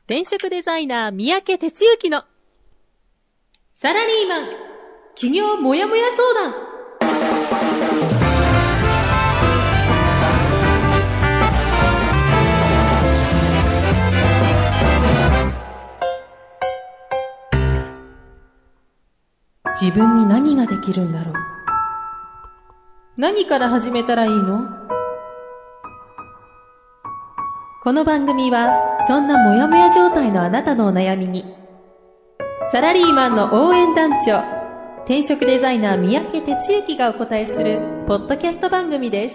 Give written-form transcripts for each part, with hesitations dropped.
転職デザイナー三宅哲之のサラリーマン起業もやもや相談。自分に何ができるんだろう。何から始めたらいいの？この番組はそんなモヤモヤ状態のあなたのお悩みにサラリーマンの応援団長、転職デザイナー三宅哲之がお答えするポッドキャスト番組です。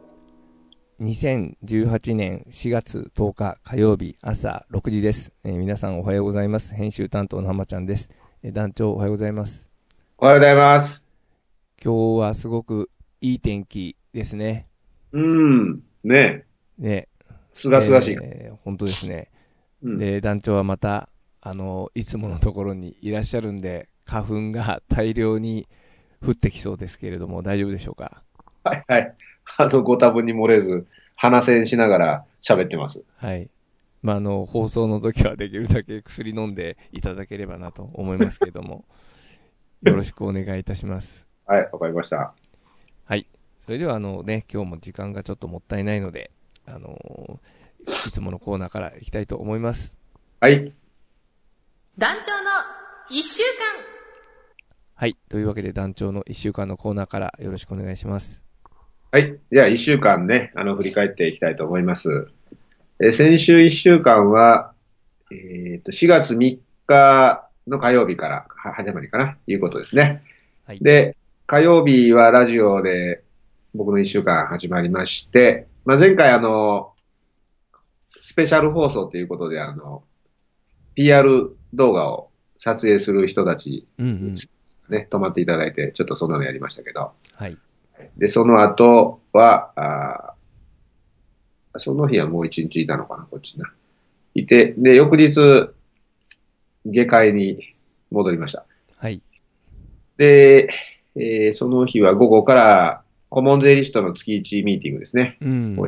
2018年4月10日火曜日朝6時です。皆さんおはようございます。編集担当の浜ちゃんです。団長おはようございます。 おはようございます。 今日はすごくいい天気ですね。 ね。すがすがしい。 本当ですね。 うん、 で、団長はまた、いつものところにいらっしゃるんで、花粉が大量に降ってきそうですけれども、大丈夫でしょうか？ はいはい。ご多分に漏れず、鼻栓しながら喋ってます。 はい。放送の時はできるだけ薬飲んでいただければなと思いますけれども、よろしくお願いいたします。 はい、わかりました。 はい。それでは今日も時間がちょっともったいないので、いつものコーナーからいきたいと思います。 はい。 団長の1週間。 はい。というわけで団長の1週間のコーナーからよろしくお願いします。 はい。じゃあ1週間ね、振り返っていきたいと思います。先週1週間は、4月3日の火曜日から始まりかな、いうことですね。 はい。 で、火曜日はラジオで僕の1週間始まりまして、前回スペシャル放送ということでPR 動画を撮影する人たち、ね、泊まっていただいて、ちょっとそんなのやりましたけど。 はい。 で、その後は、その日はもう一日いたのかな、こっちな。いて、で、翌日、下界に戻りました。 はい。 で、その日は午後から顧問税理士との月1ミーティングですね。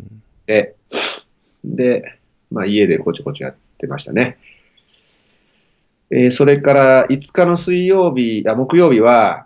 で、家でこちこちやってましたね。それから5日の木曜日は、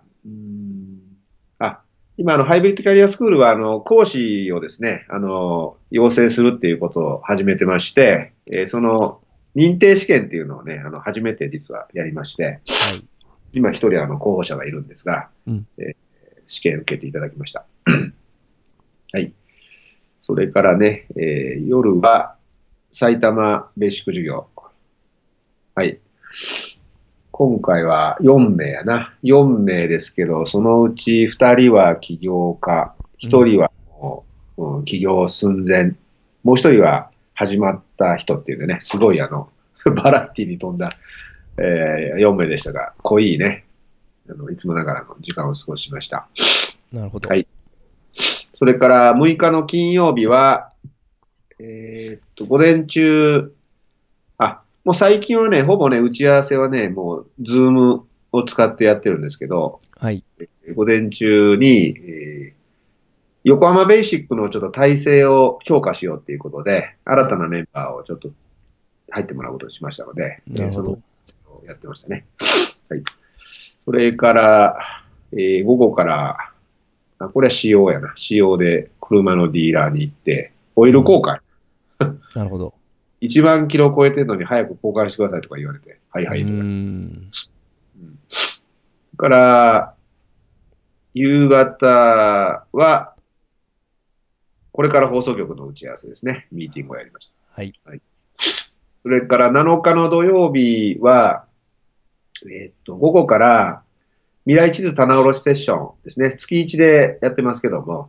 今ハイブリッドキャリアスクールは講師をですね、養成するっていうことを始めてまして、その認定試験っていうのをね、初めて実はやりまして、 はい、 今一人候補者がいるんですが、試験受けていただきました。はい。それからね、夜は埼玉ベーシック授業。はい。今回は4名やな。4名ですけど、そのうち2人は起業家、1人は起業寸前、もう1人は始まった人っていうんでね、すごいバラエティに富んだ、4名でしたが、濃いね、いつもながらの時間を過ごしました。 なるほど。 はい。それから6日の金曜日は、午前中、もう最近はね、ほぼね、打ち合わせはね、もう、ズームを使ってやってるんですけど、 はい。 午前中に、横浜ベーシックのちょっと体制を強化しようっていうことで、新たなメンバーをちょっと入ってもらうことにしましたので、そのやってましたね。はい。それから、午後から、これは仕様やな。仕様で車のディーラーに行って、オイル交換。 なるほど。 1万キロ超えてるのに早く交換してくださいとか言われて、はいはいとか。から、夕方は、これから放送局の打ち合わせですね。ミーティングをやりました。 はい。 はい、それから7日の土曜日は、午後から未来地図棚卸しセッションですね。月1でやってますけども、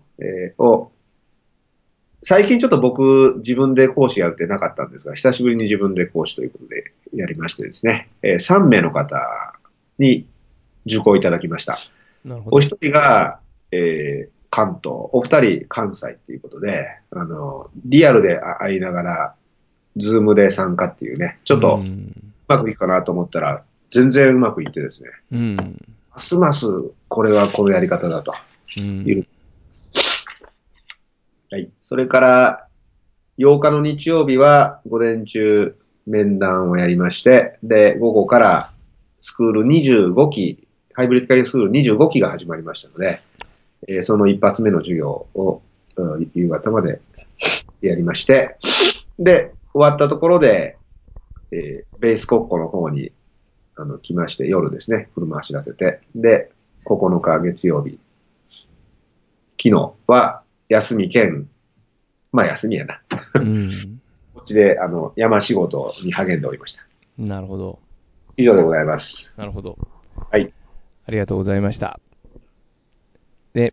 最近ちょっと僕自分で講師やるってなかったんですが、久しぶりに自分で講師ということでやりましてですね、3名の方に受講いただきました。 なるほど。 お一人が、関東、お二人関西っていうことで、リアルで会いながら、ズームで参加っていうね、ちょっとうまくいくかなと思ったら、全然うまくいってですね、ますますこれはこのやり方だという。はい。それから、8日の日曜日は午前中、 面談をやりまして、で、午後からスクール25期、ハイブリッドキャリアスクール25期が始まりましたので、その一発目の授業を夕方までやりまして、で、終わったところで、ベース国庫の方に来まして、夜ですね、車走らせて、で、9日月曜日、昨日は休み兼、まあ休みやな。 うん、 こっちで山仕事に励んでおりました。 なるほど。 以上でございます。 なるほど。 はい。 ありがとうございました。で、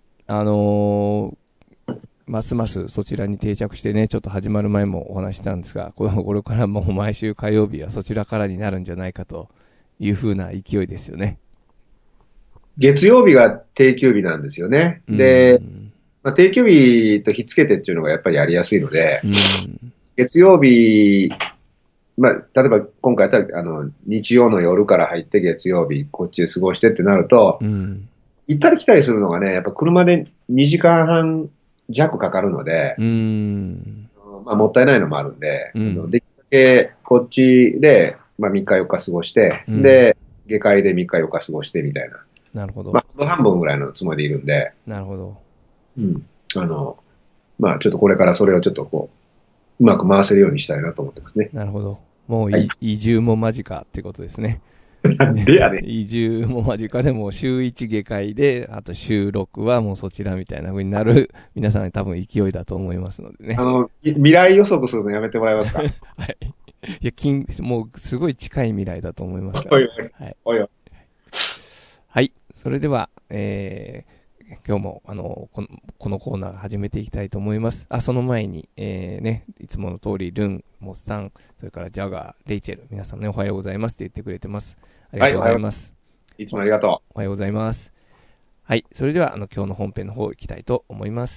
ますますそちらに定着してね、ちょっと始まる前もお話したんですが、これからもう毎週火曜日はそちらからになるんじゃないかという風な勢いですよね。 月曜日が定休日なんですよね。で、定休日とひっつけてっていうのがやっぱりやりやすいので、月曜日、例えば今回日曜の夜から入って月曜日こっちで過ごしてってなると、行ったり来たりするのがね、やっぱ車で2時間半弱かかるので、もったいないのもあるんで、できるだけこっちで、3日4日過ごして、で、下界で3日4日過ごしてみたいな。 なるほど。 半分ぐらいのつもりでいるんで。 なるほど。 ちょっとこれからそれをちょっとうまく回せるようにしたいなと思ってますね。 なるほど。もう、移住も間近ってことですね。 なんでやねん。 移住も間近でもう週1下界で、あと週6はもうそちらみたいな風になる、皆さん多分勢いだと思いますのでね。 未来予測するのやめてもらえますか？はい。 いや、もうすごい近い未来だと思いますから。はい。はい。それでは、今日も、このコーナー始めていきたいと思います。その前に、いつもの通り、ルン、モッさん、それからジャガー、レイチェル、皆さんね、おはようございますって言ってくれてます。ありがとうございます。 いつもありがとう。おはようございます。はい。それでは、今日の本編の方行きたいと思います。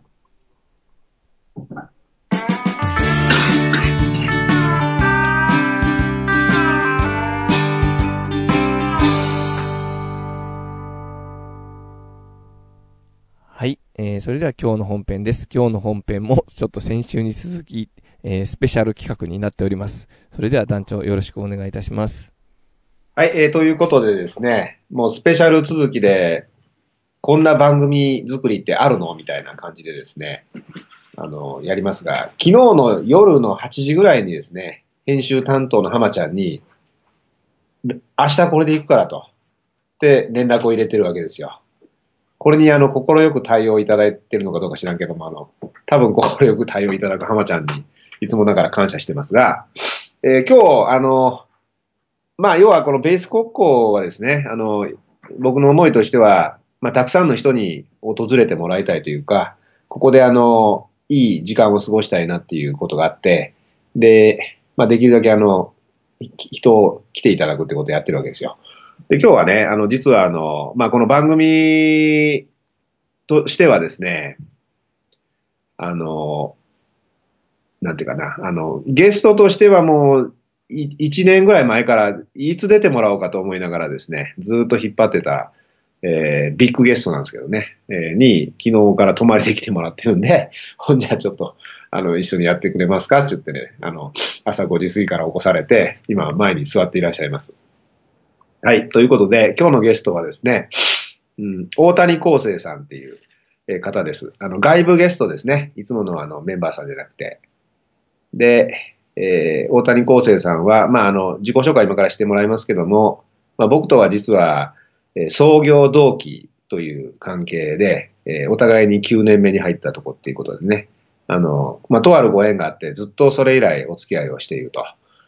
はい。それでは今日の本編です。今日の本編もちょっと先週に続き、スペシャル企画になっております。それでは団長よろしくお願いいたします。 はい。ということでですね、もうスペシャル続きで、こんな番組作りってあるのみたいな感じでですね、やりますが、昨日の夜の8時ぐらいにですね、編集担当の浜ちゃんに、明日これで行くからと、って連絡を入れてるわけですよ。これに心よく対応いただいてるのかどうか知らんけども、多分心よく対応いただく浜ちゃんにいつもながら感謝してますが、今日、要はこのベース国交はですね、僕の思いとしては、たくさんの人に訪れてもらいたいというか、ここでいい時間を過ごしたいなっていうことがあって、で、できるだけ人を来ていただくってことをやってるわけですよ。で、今日はね、実はこの番組としてはですね、なんていうかな、ゲストとしてはもう、1年ぐらい前からいつ出てもらおうかと思いながらですね、ずっと引っ張ってた、ビッグゲストなんですけどね、に昨日から泊まりで来てもらってるんで、ほんじゃちょっと、一緒にやってくれますかって言ってね、朝5時過ぎから起こされて、今前に座っていらっしゃいます。はい。ということで、今日のゲストはですね、大谷康生さんっていう方です。外部ゲストですね。いつものメンバーさんじゃなくて。で、大谷康生さんは、自己紹介今からしてもらいますけども、僕とは実は、創業同期という関係で、お互いに9年目に入ったとこっていうことでね、とあるご縁があって、ずっとそれ以来お付き合いをしていると。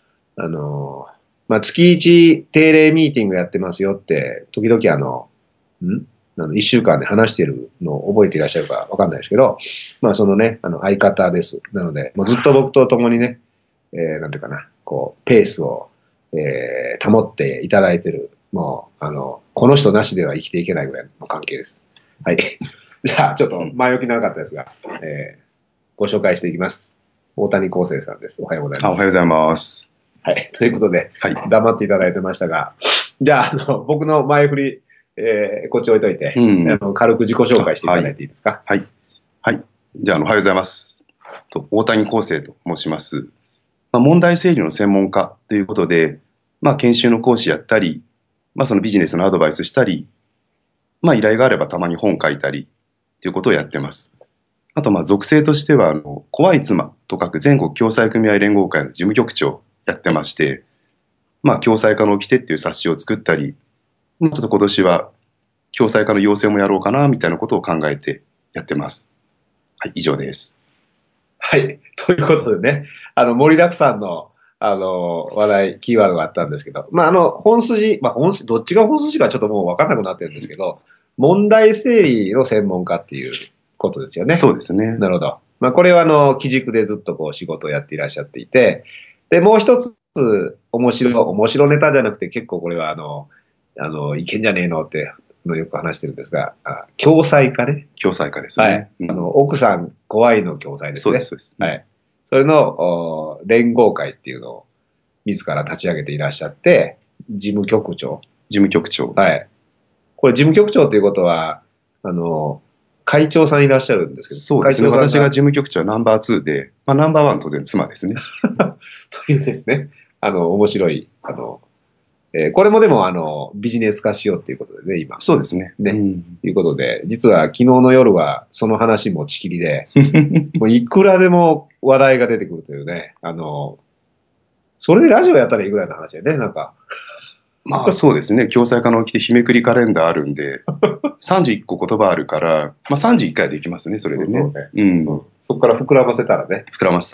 月1定例ミーティングやってますよって、時々1週間で話しているのを覚えていらっしゃるかわかんないですけど、そのね、相方です。なので、もうずっと僕と共にね、なんていうかな、ペースを、保っていただいている、もう、この人なしでは生きていけないぐらいの関係です。はい。じゃあ、ちょっと前置き長かったですが、ご紹介していきます。大谷康生さんです。おはようございます。 おはようございます。 はい。ということで、黙っていただいてましたが、じゃあ、僕の前振り、こっち置いといて、軽く自己紹介していただいていいですか。 はい。はい。じゃあ、おはようございます。大谷康生と申します。 問題整理の専門家ということで、研修の講師やったり、そのビジネスのアドバイスしたり、依頼があればたまに本書いたりということをやってます。あと、属性としては、怖い妻と書く全国共済組合連合会の事務局長やってまして、共済化の掟っていう冊子を作ったり、ちょっと今年は共済化の要請もやろうかな、みたいなことを考えてやってます。はい、以上です。 はい。ということでね、盛りだくさんの、話題、キーワードがあったんですけど、本筋、どっちが本筋かちょっともう分かんなくなってるんですけど、問題整理の専門家っていうことですよね。 そうですね。 なるほど。これは基軸でずっとこう仕事をやっていらっしゃっていて、で、もう一つ、面白ネタじゃなくて結構これはいけんじゃねえのってよく話してるんですが、共済化ね。 共済化ですね。 はい。奥さん怖いの共済ですね。 そうです。 はい。それの連合会っていうのを自ら立ち上げていらっしゃって、事務局長。はい。これ事務局長っていうことは、会長さんいらっしゃるんですけど。 そうですね。私が事務局長はナンバー2で、ナンバー1当然妻ですね。 というですね、面白い、これもでも、ビジネス化しようっていうことでね、今。 そうですね。 ね。いうことで、実は昨日の夜はその話持ちきりで、もういくらでも話題が出てくるというね、それでラジオやったらいいぐらいの話だよね、なんか。 そうですね。共済化の起きて日めくりカレンダーあるんで、31個言葉あるから、31回できますね、それでね。 そこから膨らませたらね。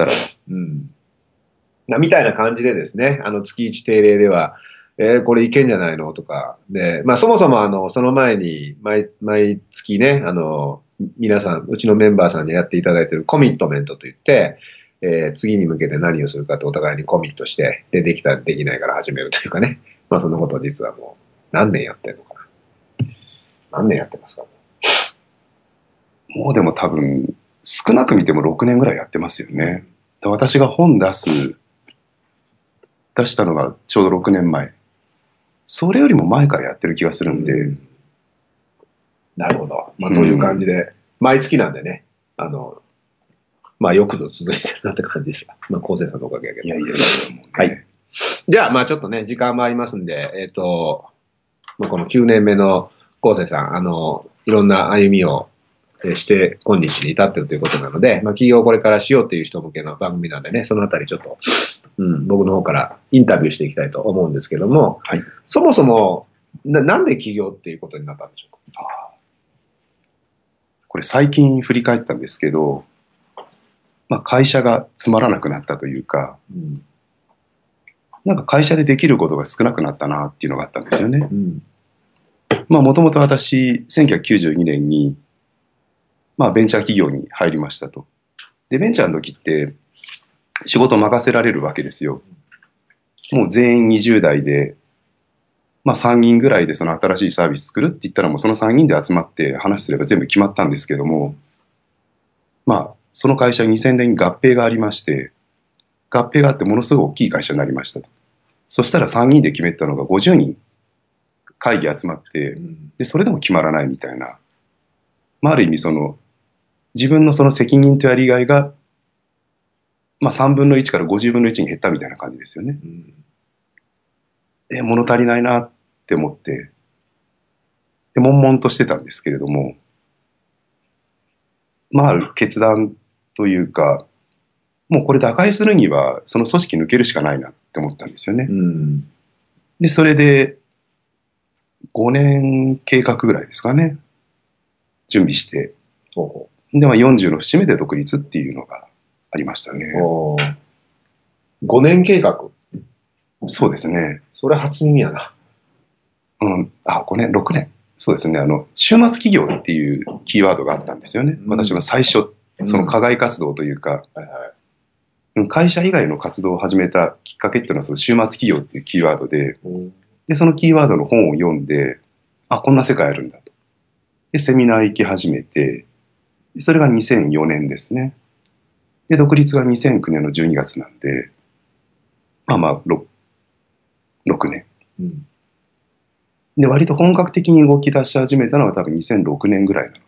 みたいな感じでですね、月1定例では、これいけんじゃないのとか。で、そもそもその前に、毎月ね、皆さん、うちのメンバーさんにやっていただいているコミットメントといって、次に向けて何をするかってお互いにコミットして、で、できたらできないから始めるというかね。そのことを実はもう、何年やってんのかな。何年やってますか？ もうでも多分、少なく見ても6年ぐらいやってますよね。私が本出したのがちょうど6年前。それよりも前からやってる気がするんで。 なるほど。という感じで、毎月なんでね、よくぞ続いてるなって感じです。昴生さんのおかげやけど。はい。じゃあ、ちょっとね、時間もありますんで、この9年目の昴生さん、いろんな歩みをして、今日に至っているということなので、起業をこれからしようという人向けの番組なんでね、そのあたりちょっと、僕の方からインタビューしていきたいと思うんですけども、はい、そもそもなんで起業っていうことになったんでしょうか？ これ最近振り返ったんですけど、会社がつまらなくなったというか、なんか会社でできることが少なくなったなっていうのがあったんですよね。もともと私、1992年に、ベンチャー企業に入りましたと。で、ベンチャーの時って、仕事を任せられるわけですよ。もう全員20代で、3人ぐらいでその新しいサービス作るって言ったらもうその3人で集まって話すれば全部決まったんですけども、その会社2000年に合併がありまして、合併があってものすごい大きい会社になりましたと。そしたら3人で決めたのが50人会議集まって、で、それでも決まらないみたいな。ある意味自分のその責任とやりがいが、3分の1から50分の1に減ったみたいな感じですよね。物足りないなって思って、で、悶々としてたんですけれども、決断というか、もうこれ打開するには、その組織抜けるしかないなって思ったんですよね。で、それで、5年計画ぐらいですかね。準備して。で、40の節目で独立っていうのがありましたね。 5年計画？ そうですね。 それ初耳やな。 5年、6年。そうですね。週末企業っていうキーワードがあったんですよね。私は最初、その課外活動というか、会社以外の活動を始めたきっかけっていうのは、その週末企業っていうキーワードで、で、そのキーワードの本を読んで、こんな世界あるんだと。で、セミナー行き始めて、それが2004年ですね。で、独立が2009年の12月なんで、6年。で、割と本格的に動き出し始めたのは多分2006年ぐらいなの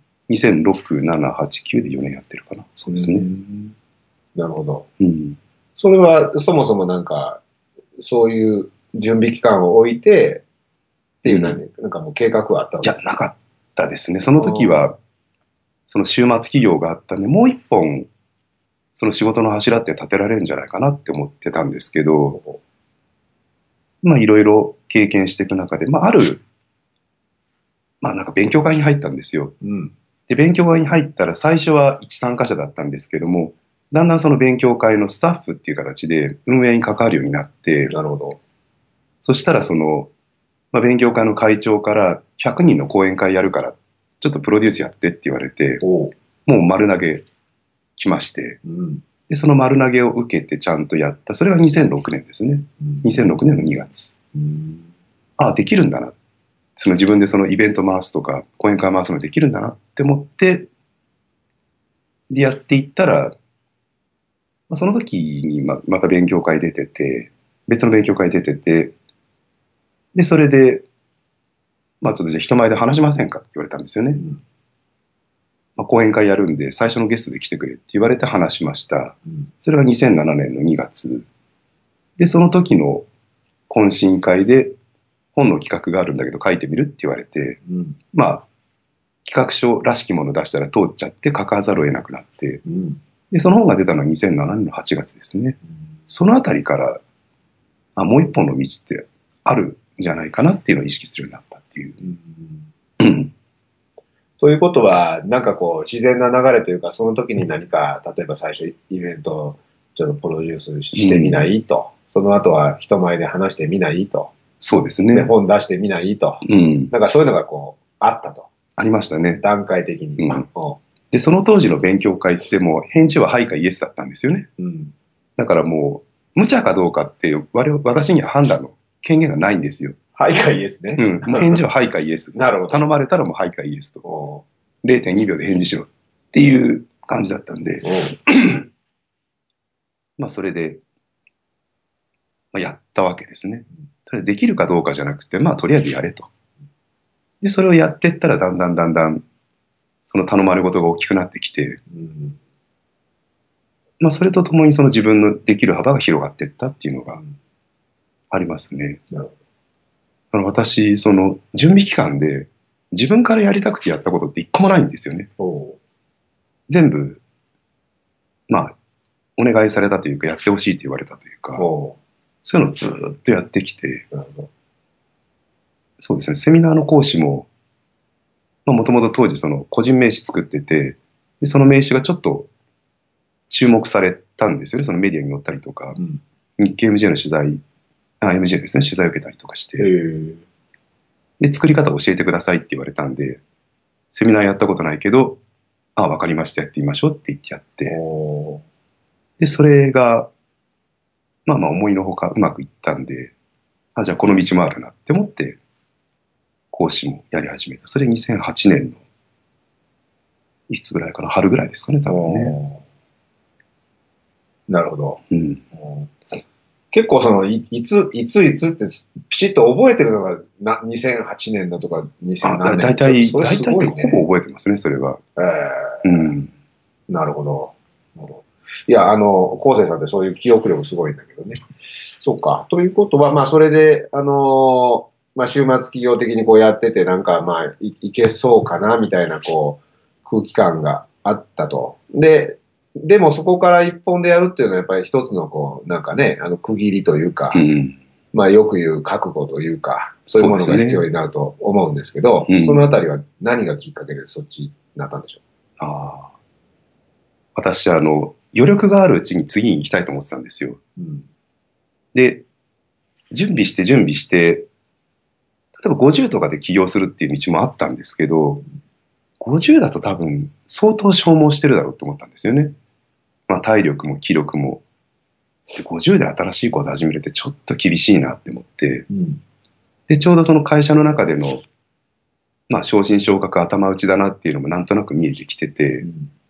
で、2006、7、8、9で4年やってるかな。そうですね。 なるほど。 それはそもそもなんか、そういう準備期間を置いて、っていうなんかもう計画はあったわけですか？ いや、なかったですね。その時は、その週末企業があったんで、もう一本、その仕事の柱って立てられるんじゃないかなって思ってたんですけど、まあいろいろ経験していく中で、まあある、まあなんか勉強会に入ったんですよ。で、勉強会に入ったら最初は一参加者だったんですけども、だんだんその勉強会のスタッフっていう形で運営に関わるようになって、 なるほど。 そしたらその、まあ、勉強会の会長から100人の講演会やるから、ちょっとプロデュースやってって言われて、もう丸投げ来まして、で、その丸投げを受けてちゃんとやった。それが2006年ですね。2006年の2月。ああ、できるんだな。その自分でそのイベント回すとか、講演会回すのできるんだなって思って、で、やっていったら、まあ、その時にまた勉強会出てて、別の勉強会出てて、で、それで、まあちょっとじゃあ人前で話しませんかって言われたんですよね。まあ、講演会やるんで、最初のゲストで来てくれって言われて話しました。それが2007年の2月。で、その時の懇親会で、本の企画があるんだけど書いてみるって言われて、まあ、企画書らしきもの出したら通っちゃって書かざるを得なくなって、で、その本が出たのは2007年の8月ですね。そのあたりから、もう一本の道ってあるんじゃないかなっていうのを意識するようになったっていう。 ということは、なんかこう、自然な流れというか、その時に何か、例えば最初イベントをちょっとプロデュースしてみないと。その後は人前で話してみないと。 そうですね。 で、本出してみないと。なんかそういうのがこう、あったと。 ありましたね。 段階的に。 で、その当時の勉強会ってもう返事ははいかイエスだったんですよね。だからもう、無茶かどうかって私には判断の権限がないんですよ。 はいかイエスね。 もう返事ははいかイエス。 なるほど。 頼まれたらもうはいかイエスと。0.2 秒で返事しろっていう感じだったんで、まあそれで、まあ、やったわけですね。それできるかどうかじゃなくて、まあとりあえずやれと。で、それをやってったらだんだん、その頼まれ事が大きくなってきて、まあそれとともにその自分のできる幅が広がっていったっていうのがありますね。私、その準備期間で自分からやりたくてやったことって一個もないんですよね。全部、まあ、お願いされたというか、やってほしいと言われたというか、そういうのをずっとやってきて、そうですね、セミナーの講師も、もともと当時その個人名刺作ってて、でその名刺がちょっと注目されたんですよね、そのメディアに載ったりとか、日経 MJ の取材、MJ ですね、取材を受けたりとかして、で、作り方を教えてくださいって言われたんで、セミナーやったことないけど、わかりました、やってみましょうって言ってやって、で、それが、まあ思いのほかうまくいったんで、じゃあこの道もあるなって思って、講師もやり始めた。それ2008年の、いつぐらいかな、春ぐらいですかね、多分ね。 なるほど。結構その、いつってピシッと覚えてるのが2008年だとか2007年。 大体ほぼ覚えてますね、それは。 なるほど。いや、昴生さんってそういう記憶力すごいんだけどね。そうか。ということは、まあ、それで、まあ、週末企業的にこうやってて、なんか、まあ、いけそうかな、みたいな、こう、空気感があったと。でもそこから一本でやるっていうのは、やっぱり一つの、こう、なんかね、区切りというか、まあ、よく言う覚悟というか、そういうものが必要になると思うんですけど、そのあたりは何がきっかけでそっちになったんでしょう？ 私、余力があるうちに次に行きたいと思ってたんですよ。で、準備して、例えば50とかで起業するっていう道もあったんですけど、50だと多分相当消耗してるだろうと思ったんですよね。まあ体力も気力も。で50で新しいこと始めるってちょっと厳しいなって思って、で、ちょうどその会社の中での、まあ昇進昇格頭打ちだなっていうのもなんとなく見えてきてて、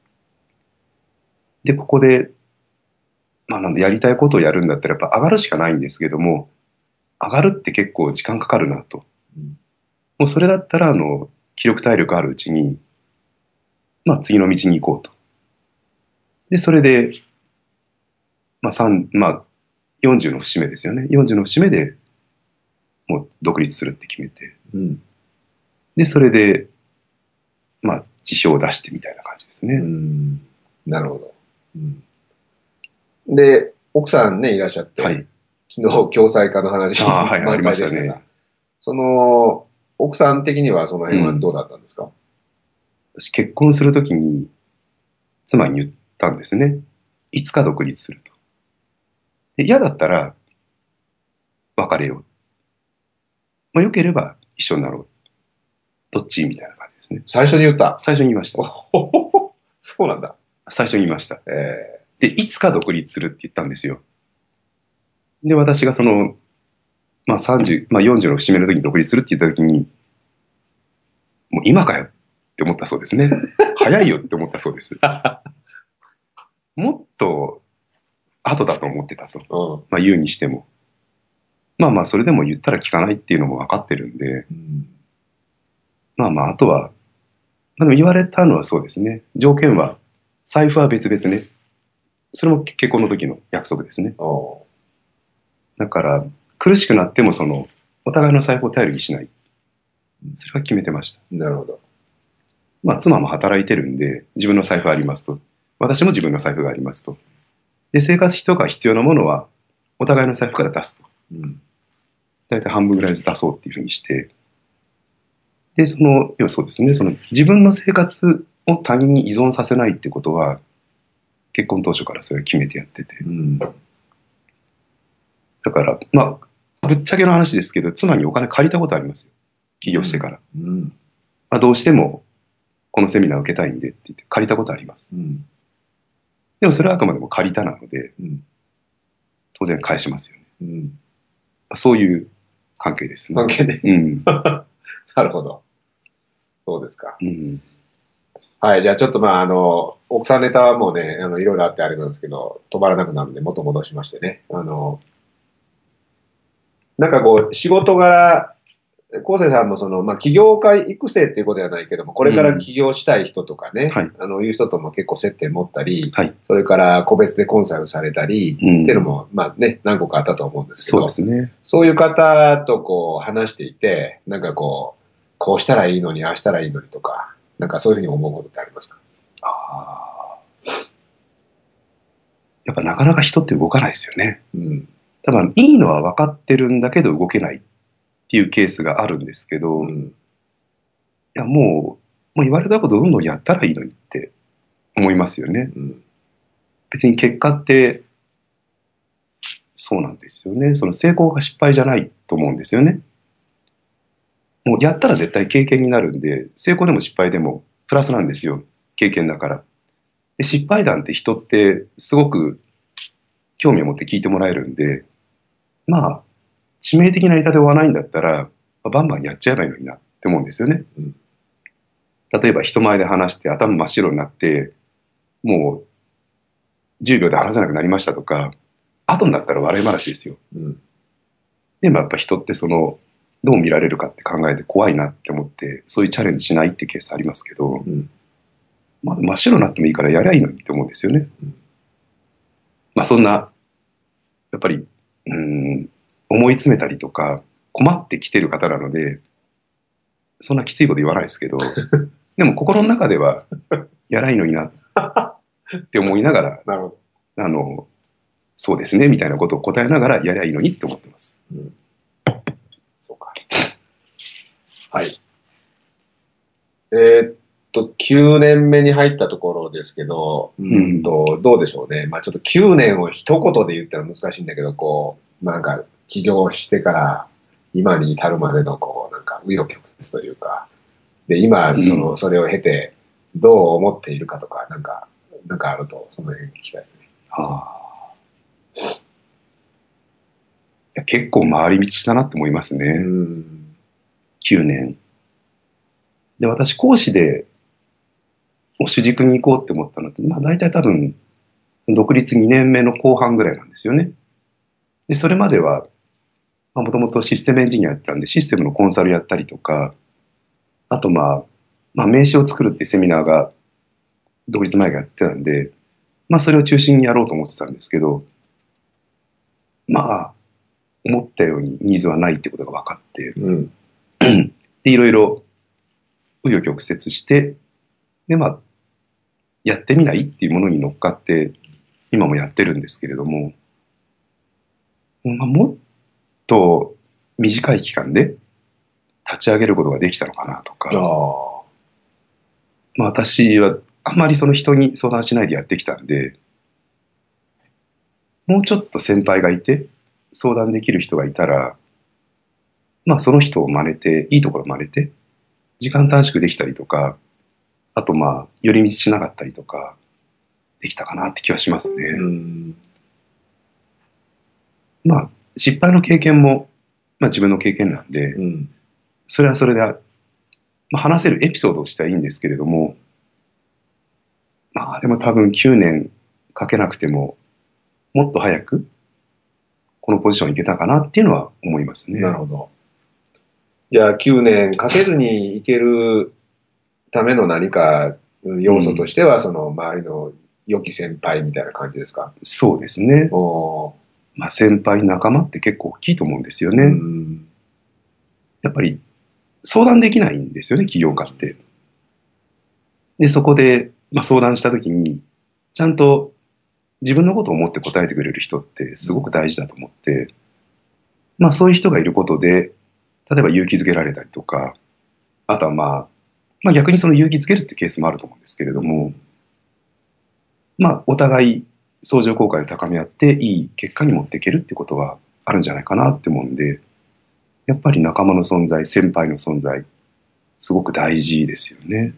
で、ここで、まあなんでやりたいことをやるんだったらやっぱ上がるしかないんですけども、上がるって結構時間かかるなと。もうそれだったら、気力体力あるうちに、まあ次の道に行こうと。で、それで、 40の節目ですよね。40の節目でもう独立するって決めて。で、それで、辞表を出してみたいな感じですね。 なるほど。で、奥さんね、いらっしゃって、昨日、共済化の話満載でしたが、奥さん的にはその辺はどうだったんですか？ 私、結婚するときに、妻に言ったんですね。いつか独立すると。で、嫌だったら、別れよう。良ければ一緒になろう。どっちみたいな感じですね。 最初に言った？ 最初に言いました。 そうなんだ。 最初に言いました。で、いつか独立するって言ったんですよ。で、私が40の節目の時に独立するって言った時に、もう今かよって思ったそうですね。早いよって思ったそうです。もっと後だと思ってたと。言うにしても。それでも言ったら聞かないっていうのも分かってるんで、あとは、でも言われたのはそうですね。条件は、財布は別々ね。それも結婚の時の約束ですね。だから、苦しくなってもお互いの財布を頼りにしない。それは決めてました。 なるほど。 妻も働いてるんで、自分の財布がありますと。私も自分の財布がありますと。で、生活費とか必要なものは、お互いの財布から出すと。大体半分ぐらいずつ出そうっていうふうにして、で、要はそうですね、自分の生活を他人に依存させないってことは、結婚当初からそれを決めてやってて。だから、ぶっちゃけの話ですけど、妻にお金借りたことありますよ。起業してから。どうしても、このセミナー受けたいんでって言って借りたことあります。でもそれはあくまでも借りたなので、当然返しますよね。そういう関係ですね。 関係ね。なるほど。そうですか。はい、じゃあちょっと奥さんネタはもうね、いろいろあってあれなんですけど、止まらなくなるんで元戻しましてね。なんか仕事柄、昴生さんも起業家育成っていうことではないけども、これから起業したい人とかね、いう人とも結構接点持ったり、それから個別でコンサルされたり、っていうのも、何個かあったと思うんですけど、 そうですね。 そういう方と話していて、なんかこうしたらいいのに、ああしたらいいのにとか、なんかそういうふうに思うことってありますか？ やっぱなかなか人って動かないですよね。多分いいのは分かってるんだけど動けないっていうケースがあるんですけど、いやもう言われたことどんどんやったらいいのにって思いますよね。別に結果ってそうなんですよね。成功が失敗じゃないと思うんですよね。もうやったら絶対経験になるんで、成功でも失敗でもプラスなんですよ。経験だから。で、失敗談って人ってすごく興味を持って聞いてもらえるんで、致命的な痛手を負わないんだったら、バンバンやっちゃえばいいのになって思うんですよね。例えば人前で話して頭真っ白になって、もう10秒で話せなくなりましたとか、後になったら笑い話ですよ。でもやっぱ人ってどう見られるかって考えて怖いなって思って、そういうチャレンジしないってケースありますけど、真っ白になってもいいからやりゃいいのにって思うんですよね。そんな、やっぱり、思い詰めたりとか、困ってきてる方なので、そんなきついこと言わないですけど、でも心の中では、やらいいのになって思いながら、そうですね、みたいなことを答えながらやりゃいいのにって思ってます。 そうか。はい。9年目に入ったところですけど、どうでしょうね。ちょっと9年を一言で言ったら難しいんだけど、なんか起業してから今に至るまでのなんか紆余曲折というか、で、今、それを経てどう思っているかとか、なんかあると、その辺聞きたいですね。 いや結構回り道したなって思いますね。9年。で、私講師で、主軸に行こうって思ったのって、大体多分、独立2年目の後半ぐらいなんですよね。で、それまでは、もともとシステムエンジニアやったんで、システムのコンサルやったりとか、あと名刺を作るってセミナーが独立前がやってたんで、それを中心にやろうと思ってたんですけど、 まあ、思ったようにニーズはないってことが分かって、で、いろいろ、紆余曲折して、で、まあ、やってみないっていうものに乗っかって、今もやってるんですけれども、まあ、もっと短い期間で立ち上げることができたのかなとか、まあ、私はあんまりその人に相談しないでやってきたんで、もうちょっと先輩がいて、相談できる人がいたら、まあその人を真似て、いいところ真似て、時間短縮できたりとか、あとまあ、寄り道しなかったりとか、できたかなって気はしますね。まあ、失敗の経験も、まあ自分の経験なんで、それはそれで、まあ、話せるエピソードとしてはいいんですけれども、まあでも多分9年かけなくても、もっと早く、このポジションいけたかなっていうのは思いますね。 なるほど。じゃあ9年かけずにいけるための何か要素としては、その周りの良き先輩みたいな感じですか？ そうですね。まあ先輩仲間って結構大きいと思うんですよね。やっぱり相談できないんですよね、起業家って。で、そこで、まあ、相談したときに、ちゃんと自分のことを思って答えてくれる人ってすごく大事だと思って、まあそういう人がいることで、例えば勇気づけられたりとか、あとはまあ逆にその勇気づけるってケースもあると思うんですけれども、まあお互い相乗効果で高め合っていい結果に持っていけるってことはあるんじゃないかなって思うんで、やっぱり仲間の存在、先輩の存在、すごく大事ですよね。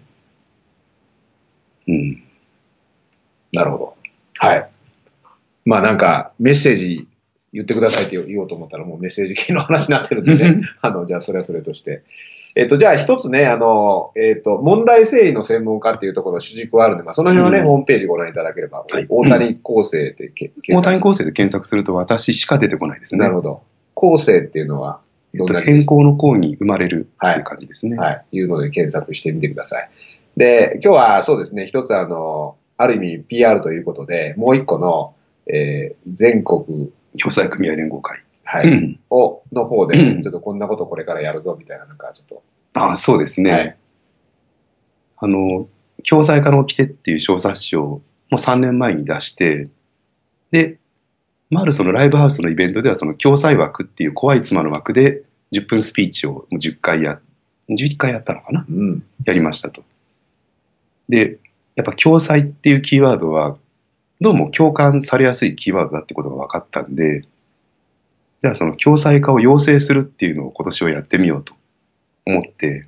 なるほど。はい。まあなんかメッセージ言ってくださいって言おうと思ったらもうメッセージ系の話になってるんでね。じゃあそれはそれとして。じゃあ一つね、問題整理の専門家っていうところの主軸はあるんで、まあその辺はね、ホームページご覧いただければ、大谷康生で大谷康生で検索すると私しか出てこないですね。 なるほど。康生っていうのは健康の康に生まれるっていう感じですね。 はい。いうので検索してみてください。で、今日はそうですね、一つある意味 PR ということで、もう一個の、全国共済組合連合会。 はい。の方で、ちょっとこんなことこれからやるぞみたいな、なんかちょっと。 そうですね。はい、共済化の掟っていう小冊子をもう3年前に出して、で、あるそのライブハウスのイベントではその共済枠っていう怖い妻の枠で10分スピーチをもう11回やったのかな、やりましたと。で、やっぱ共済っていうキーワードはどうも共感されやすいキーワードだってことが分かったんで、じゃあその共済化を養成するっていうのを今年はやってみようと思って、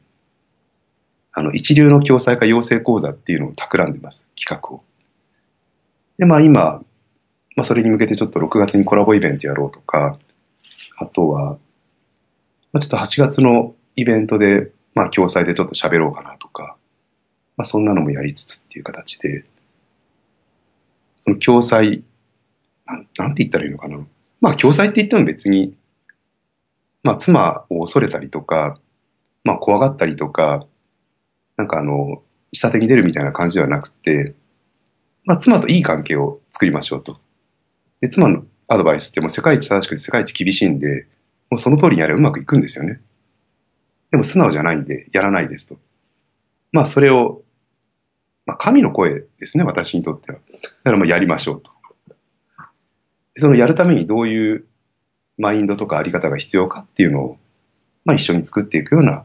一流の共済化養成講座っていうのを企んでます、企画を。で、まあ今、それに向けてちょっと6月にコラボイベントやろうとか、あとは、ちょっと8月のイベントで、共済でちょっと喋ろうかなとか、そんなのもやりつつっていう形で、その共済、なんて言ったらいいのかな。共済って言っても別に、妻を恐れたりとか、怖がったりとか、なんか下手に出るみたいな感じではなくて、妻といい関係を作りましょうと。で、妻のアドバイスってもう世界一正しくて世界一厳しいんで、もうその通りにやればうまくいくんですよね。でも素直じゃないんで、やらないですと。それを、神の声ですね、私にとっては。だからやりましょうと。そのやるためにどういうマインドとかあり方が必要かっていうのを、一緒に作っていくような、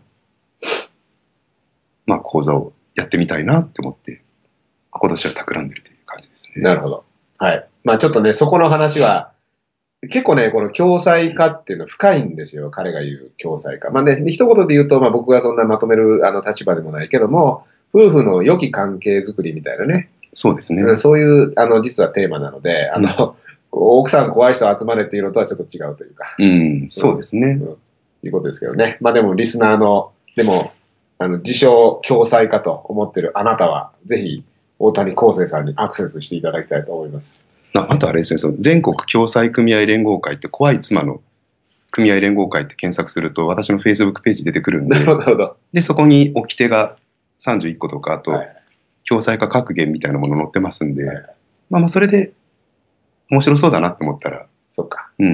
講座をやってみたいなって思って、今年は企んでるという感じですね。 なるほど。はい。ちょっとね、そこの話は、結構ね、この共済化っていうのは深いんですよ。彼が言う共済化。一言で言うと、僕がそんなまとめる立場でもないけども、夫婦の良き関係づくりみたいなね。 そうですね。 そういう、実はテーマなので、奥さん怖い人集まれっていうのとはちょっと違うというか。 そうですね。 いうことですけどね。でも、リスナーの、でも、自称共済化と思ってるあなたは、ぜひ、大谷康生さんにアクセスしていただきたいと思います。 あとあれですね、その全国共済組合連合会って怖い妻の組合連合会って検索すると私の Facebook ページ出てくるんで、 なるほど。 で、そこに掟が31個とか、あと、共済化格言みたいなもの載ってますんで、それで面白そうだなって思ったら、 そっか。うん。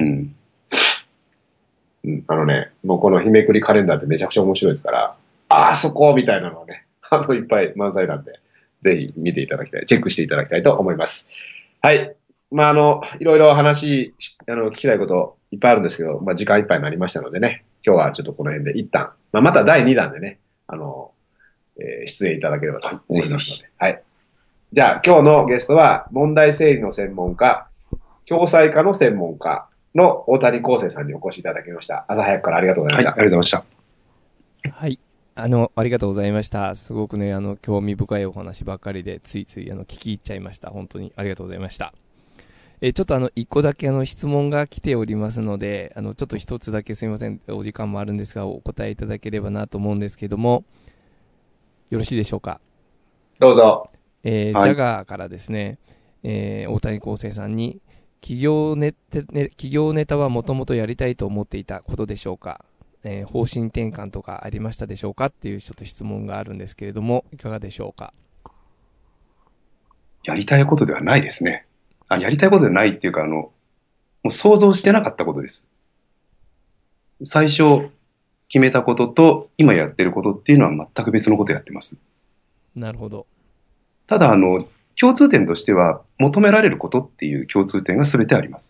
もうこの日めくりカレンダーってめちゃくちゃ面白いですから、そこみたいなのをね、いっぱい満載なんで、ぜひ見ていただきたい、チェックしていただきたいと思います。はい。いろいろ聞きたいこといっぱいあるんですけど、時間いっぱいになりましたのでね、今日はちょっとこの辺で一旦、また第2弾でね、出演いただければと思いますので。はい。じゃあ、今日のゲストは、問題整理の専門家、共済化の専門家の大谷康生さんにお越しいただきました。朝早くからありがとうございました。 はい、ありがとうございました。はい。ありがとうございました。すごくね、興味深いお話ばっかりで、ついつい、聞き入っちゃいました。本当にありがとうございました。ちょっと一個だけ質問が来ておりますので、ちょっと一つだけすみません、お時間もあるんですが、お答えいただければなと思うんですけども、よろしいでしょうか。 どうぞ。 ジャガーからですね、大谷康生さんに、企業ネタはもともとやりたいと思っていたことでしょうか。方針転換とかありましたでしょうかっていうちょっと質問があるんですけれども、いかがでしょうか。 やりたいことではないですね。やりたいことではないっていうか、もう想像してなかったことです。最初決めたことと今やってることっていうのは全く別のことをやってます。 なるほど。 ただ、共通点としては求められることっていう共通点が全てあります。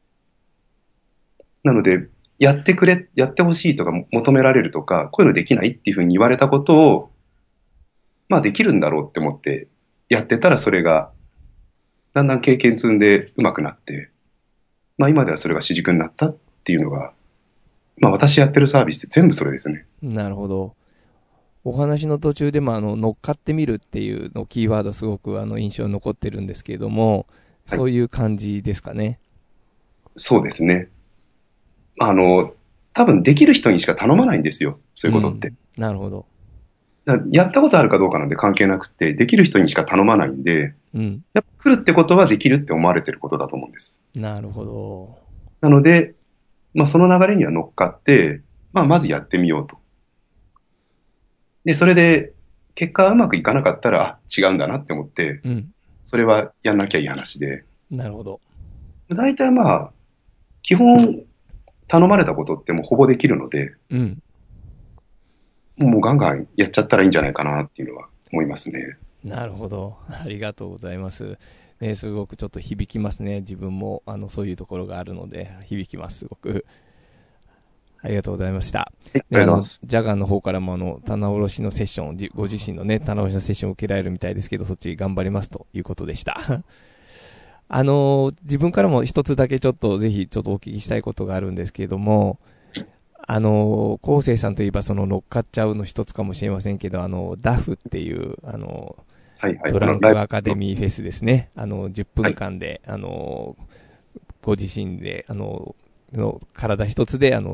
なので、やってほしいとか求められるとか、こういうのできないっていうふうに言われたことを、できるんだろうって思ってやってたら、それがだんだん経験積んで上手くなって、今ではそれが主軸になったっていうのが、私やってるサービスって全部それですね。 なるほど。お話の途中でも乗っかってみるっていうのキーワードすごく印象に残ってるんですけれども、そういう感じですかね。 そうですね。多分できる人にしか頼まないんですよ、そういうことって。 なるほど。 やったことあるかどうかなんで関係なくて、できる人にしか頼まないんで、やっぱ来るってことはできるって思われてることだと思うんです。 なるほど。 なので、その流れには乗っかって、まずやってみようと。で、それで、結果うまくいかなかったら、違うんだなって思って、それはやんなきゃいい話で。 なるほど。 大体基本、頼まれたことってもうほぼできるので、もうガンガンやっちゃったらいいんじゃないかなっていうのは思いますね。 なるほど。ありがとうございます。すごくちょっと響きますね。自分もそういうところがあるので響きます。すごく。ありがとうございました。 ありがとうございます。 ジャガーの方からも棚卸しのセッション、ご自身のね、棚卸しのセッションを受けられるみたいですけど、そっち頑張りますということでした。自分からも一つだけちょっとぜひちょっとお聞きしたいことがあるんですけれども、康生さんといえば乗っかっちゃうの一つかもしれませんけど、DAF っていう、トランクアカデミーフェスですね。10分間で、ご自身で、体一つで、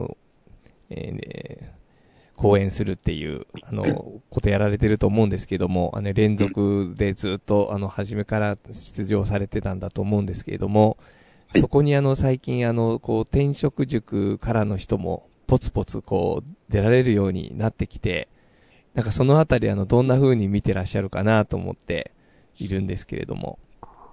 講演するっていう、ことやられてると思うんですけども、連続でずっと、初めから出場されてたんだと思うんですけれども、そこに最近転職塾からの人も、ポツポツ出られるようになってきて、なんかそのあたりどんな風に見てらっしゃるかなと思っているんですけれども。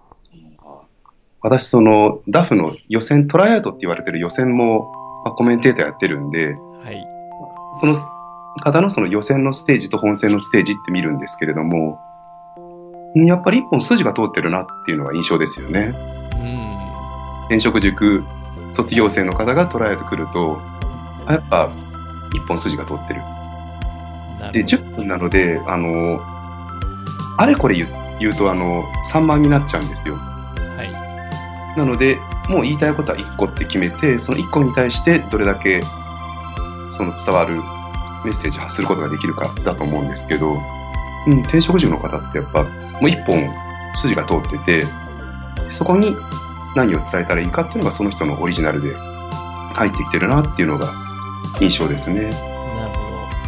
私DAF の予選、トライアウトって言われてる予選も、コメンテーターやってるんで、 はい。 その方の予選のステージと本戦のステージって見るんですけれども、やっぱり一本筋が通ってるなっていうのが印象ですよね。転職塾卒業生の方がトライアウト来ると、やっぱ一本筋が通ってる。で、10分なので、あれこれ言うと3万になっちゃうんですよ。はい。なので、もう言いたいことは1個って決めて、その1個に対してどれだけ伝わるメッセージを発することができるかだと思うんですけど、転職塾の方ってやっぱもう1本筋が通ってて、そこに何を伝えたらいいかっていうのがその人のオリジナルで入ってきてるなっていうのが印象ですね。なるほ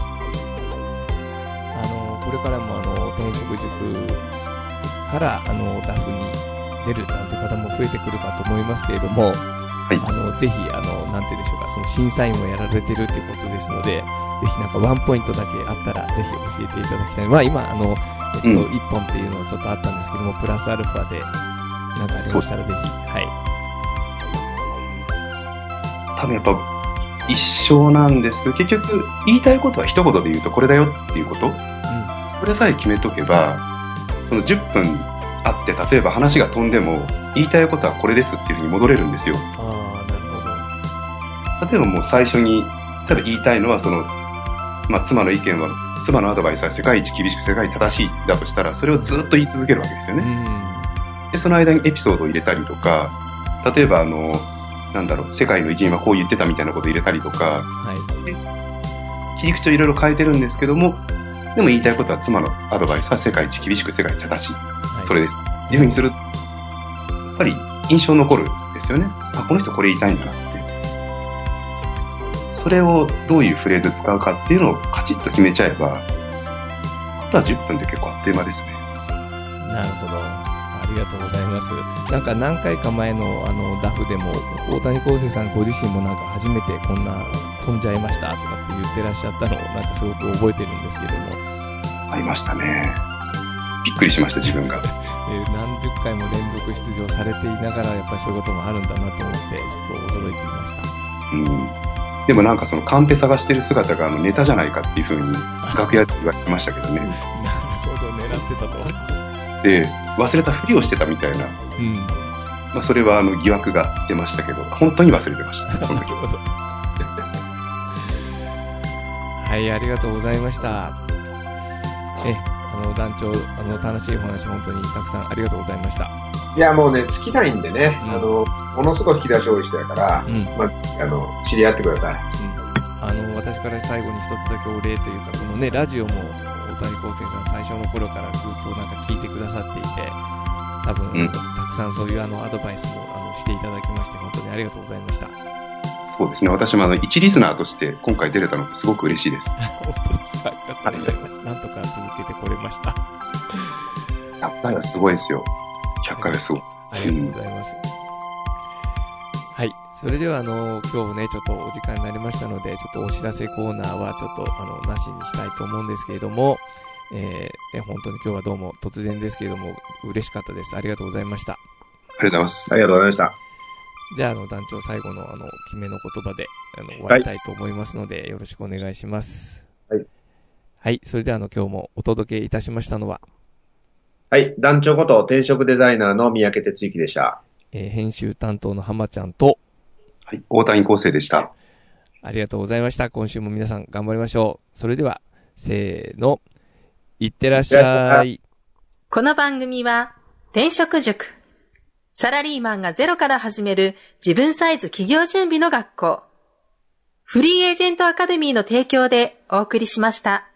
ど。これからも転職塾からDAFに出るなんて方も増えてくるかと思いますけれども、はい、ぜひなんていうんでしょうか、その審査員もやられてるってことですので、ぜひなんかワンポイントだけあったらぜひ教えていただきたい。今1本っていうのはちょっとあったんですけども、プラスアルファでなんかありましたらぜひ、はい。 多分やっぱ一緒なんですけど、結局言いたいことは一言で言うとこれだよっていうこと、それさえ決めとけば、その10分あって例えば話が飛んでも言いたいことはこれですっていうふうに戻れるんですよ。 なるほど。 例えばもう最初に言いたいのは妻の意見は、妻のアドバイスは世界一厳しく世界一正しいだとしたら、それをずっと言い続けるわけですよね。でその間にエピソードを入れたりとか、例えば世界の偉人はこう言ってたみたいなことを入れたりとか、で切り口をいろいろ変えてるんですけども、でも言いたいことは妻のアドバイスは世界一厳しく世界一正しい、それですっていうふうにすると、やっぱり印象残るんですよね。この人これ言いたいんだなって。それをどういうフレーズ使うかっていうのをカチッと決めちゃえば、あとは10分で結構あっという間ですね。 なるほど。ありがとうございます。なんか何回か前のダフでも、大谷康生さんご自身もなんか初めてこんな飛んじゃいましたとかって言ってらっしゃったのをなんかすごく覚えてるんですけども。 ありましたね。びっくりしました、自分が。 何十回も連続出場されていながら、やっぱりそういうこともあるんだなと思って、ちょっと驚いていました。 でもなんかそのカンペ探してる姿がネタじゃないかっていう風に楽屋で言われてましたけどね。 なるほど、狙ってたと。 で、忘れたふりをしてたみたいな。それは疑惑が出ましたけど、本当に忘れてました、その時。 はい、ありがとうございました。団長、楽しいお話本当にたくさんありがとうございました。 いや、もうね、尽きないんでね、ものすごい引き出し多い人やから、知り合ってください。 私から最後に一つだけお礼というか、このね、ラジオも、大谷康生さん最初の頃からずっとなんか聞いてくださっていて、多分、たくさんそういうアドバイスもしていただきまして、本当にありがとうございました。 そうですね、私も一リスナーとして今回出れたのですごく嬉しいです。 本当ですか。ありがとうございます。なんとか続けてこれました。 100回はすごいですよ。100回はすごい。 ありがとうございます。はい。それでは今日ね、ちょっとお時間になりましたので、ちょっとお知らせコーナーはちょっとなしにしたいと思うんですけれども、本当に今日はどうも突然ですけれども、嬉しかったです。ありがとうございました。 ありがとうございます。 ありがとうございました。 じゃあ、団長最後の決めの言葉で、終わりたいと思いますので、よろしくお願いします。 はい。 はい。それでは今日もお届けいたしましたのは、 はい。団長こと転職デザイナーの三宅哲之でした。 編集担当の浜ちゃんと、 はい。大谷康生でした。 ありがとうございました。今週も皆さん頑張りましょう。それでは、せーの、いってらっしゃい。 この番組は、転職塾。サラリーマンがゼロから始める自分サイズ企業準備の学校。フリーエージェントアカデミーの提供でお送りしました。